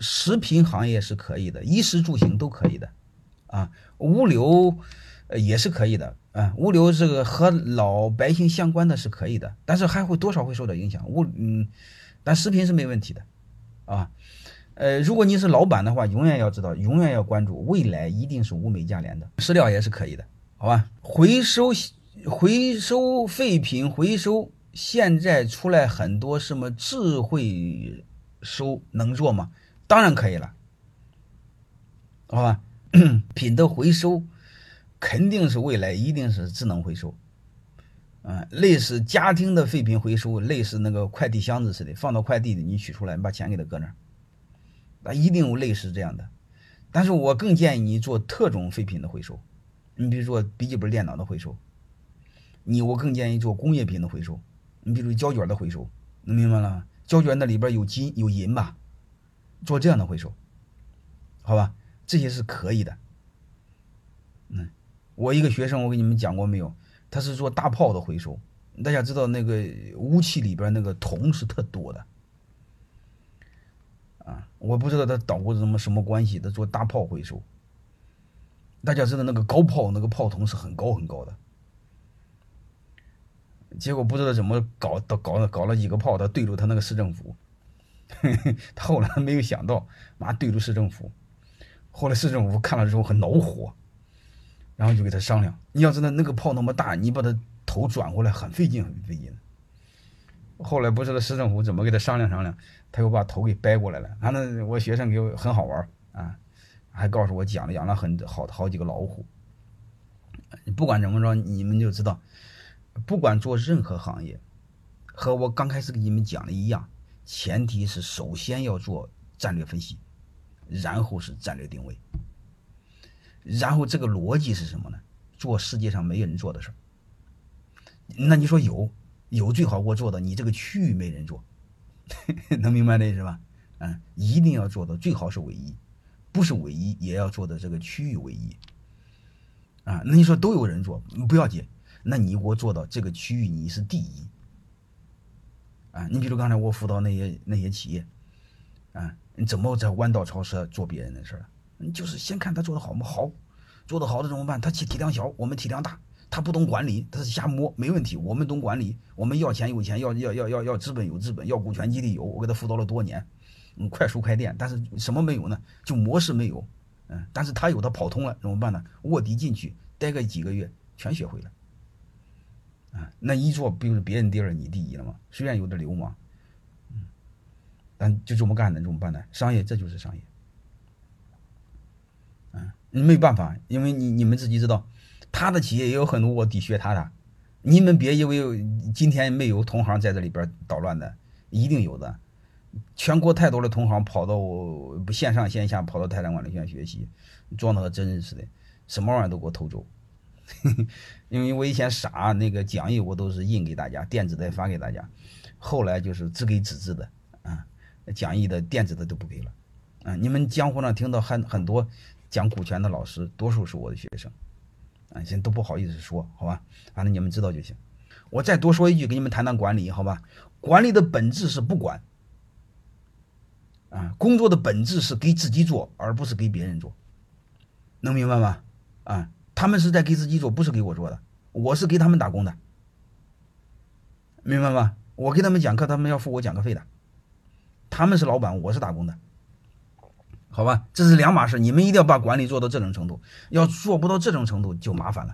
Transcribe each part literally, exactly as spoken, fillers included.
食品行业是可以的，衣食住行都可以的，啊，物流呃也是可以的，啊，物流这个和老百姓相关的是可以的，但是还会多少会受到影响，物嗯，但食品是没问题的，啊，呃，如果你是老板的话，永远要知道，永远要关注未来一定是物美价廉的，饲料也是可以的，好吧？回收回收废品回收，现在出来很多什么智慧收，能做吗？当然可以了，好吧？品的回收肯定是未来一定是智能回收，啊，类似家庭的废品回收，类似那个快递箱子似的，放到快递里你取出来，你把钱给他搁那儿，那一定有类似这样的。但是我更建议你做特种废品的回收，你比如说笔记本电脑的回收，你我更建议做工业品的回收，你比如胶卷的回收，能明白了吗？胶卷那里边有金有银吧，做这样的回收，好吧？这些是可以的。嗯，我一个学生，我给你们讲过没有？他是做大炮的回收。大家知道那个武器里边那个铜是特多的啊，我不知道他捣鼓什么什么关系，他做大炮回收。大家知道那个高炮那个炮筒是很高很高的，结果不知道怎么搞搞搞搞了几个炮，他对住他那个市政府，他后来没有想到，妈对住市政府，后来市政府看了之后很恼火，然后就给他商量，你要知道那个炮那么大，你把他头转过来很费劲很费劲。后来不知道市政府怎么给他商量商量，他又把头给掰过来了。反正我学生给我很好玩啊，还告诉我讲了养了很好好几个老虎。不管怎么着，你们就知道，不管做任何行业，和我刚开始给你们讲的一样，前提是首先要做战略分析，然后是战略定位，然后这个逻辑是什么呢？做世界上没人做的事儿。那你说有有最好给我做到你这个区域没人做，能明白这意思吧？嗯，一定要做到最好是唯一，不是唯一也要做的这个区域唯一。啊，那你说都有人做不要紧，那你给我做到这个区域你是第一。啊，你比如刚才我辅导那些那些企业，啊，你怎么在弯道超车做别人的事儿？你就是先看他做的好吗？好，做的好的怎么办？他体体量小，我们体量大。他不懂管理，他是瞎摸，没问题。我们懂管理，我们要钱有钱，要要要要要资本有资本，要股权激励有。我给他辅导了多年，嗯，快速开店，但是什么没有呢？就模式没有，嗯，但是他有，他跑通了，怎么办呢？卧底进去，待个几个月，全学会了。啊，那一做不就是别人第二，你第一了吗？虽然有点流氓，嗯，但就这么干的，怎么办呢？商业这就是商业，嗯，没办法，因为你你们自己知道。他的企业也有很多卧底学他的，你们别以为今天没有同行在这里边捣乱的，一定有的。全国太多的同行跑到线上线下跑到泰山管理学院学习，装的和真人似的，什么玩意儿都给我偷走。因为我以前傻，那个讲义我都是印给大家，电子的发给大家，后来就是只给纸质的啊，讲义的电子的都不给了啊。你们江湖上听到很很多讲股权的老师，多数是我的学生。啊，现在都不好意思说，好吧，反正你们知道就行。我再多说一句，给你们谈谈管理，好吧？管理的本质是不管，啊，工作的本质是给自己做，而不是给别人做，能明白吗？啊，他们是在给自己做，不是给我做的，我是给他们打工的，明白吗？我给他们讲课，他们要付我讲课费的，他们是老板，我是打工的。好吧，这是两码事，你们一定要把管理做到这种程度，要做不到这种程度就麻烦了，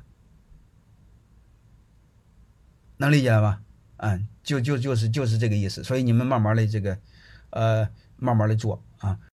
能理解了吧？嗯，就就就是就是这个意思，所以你们慢慢的这个，呃，慢慢的做啊。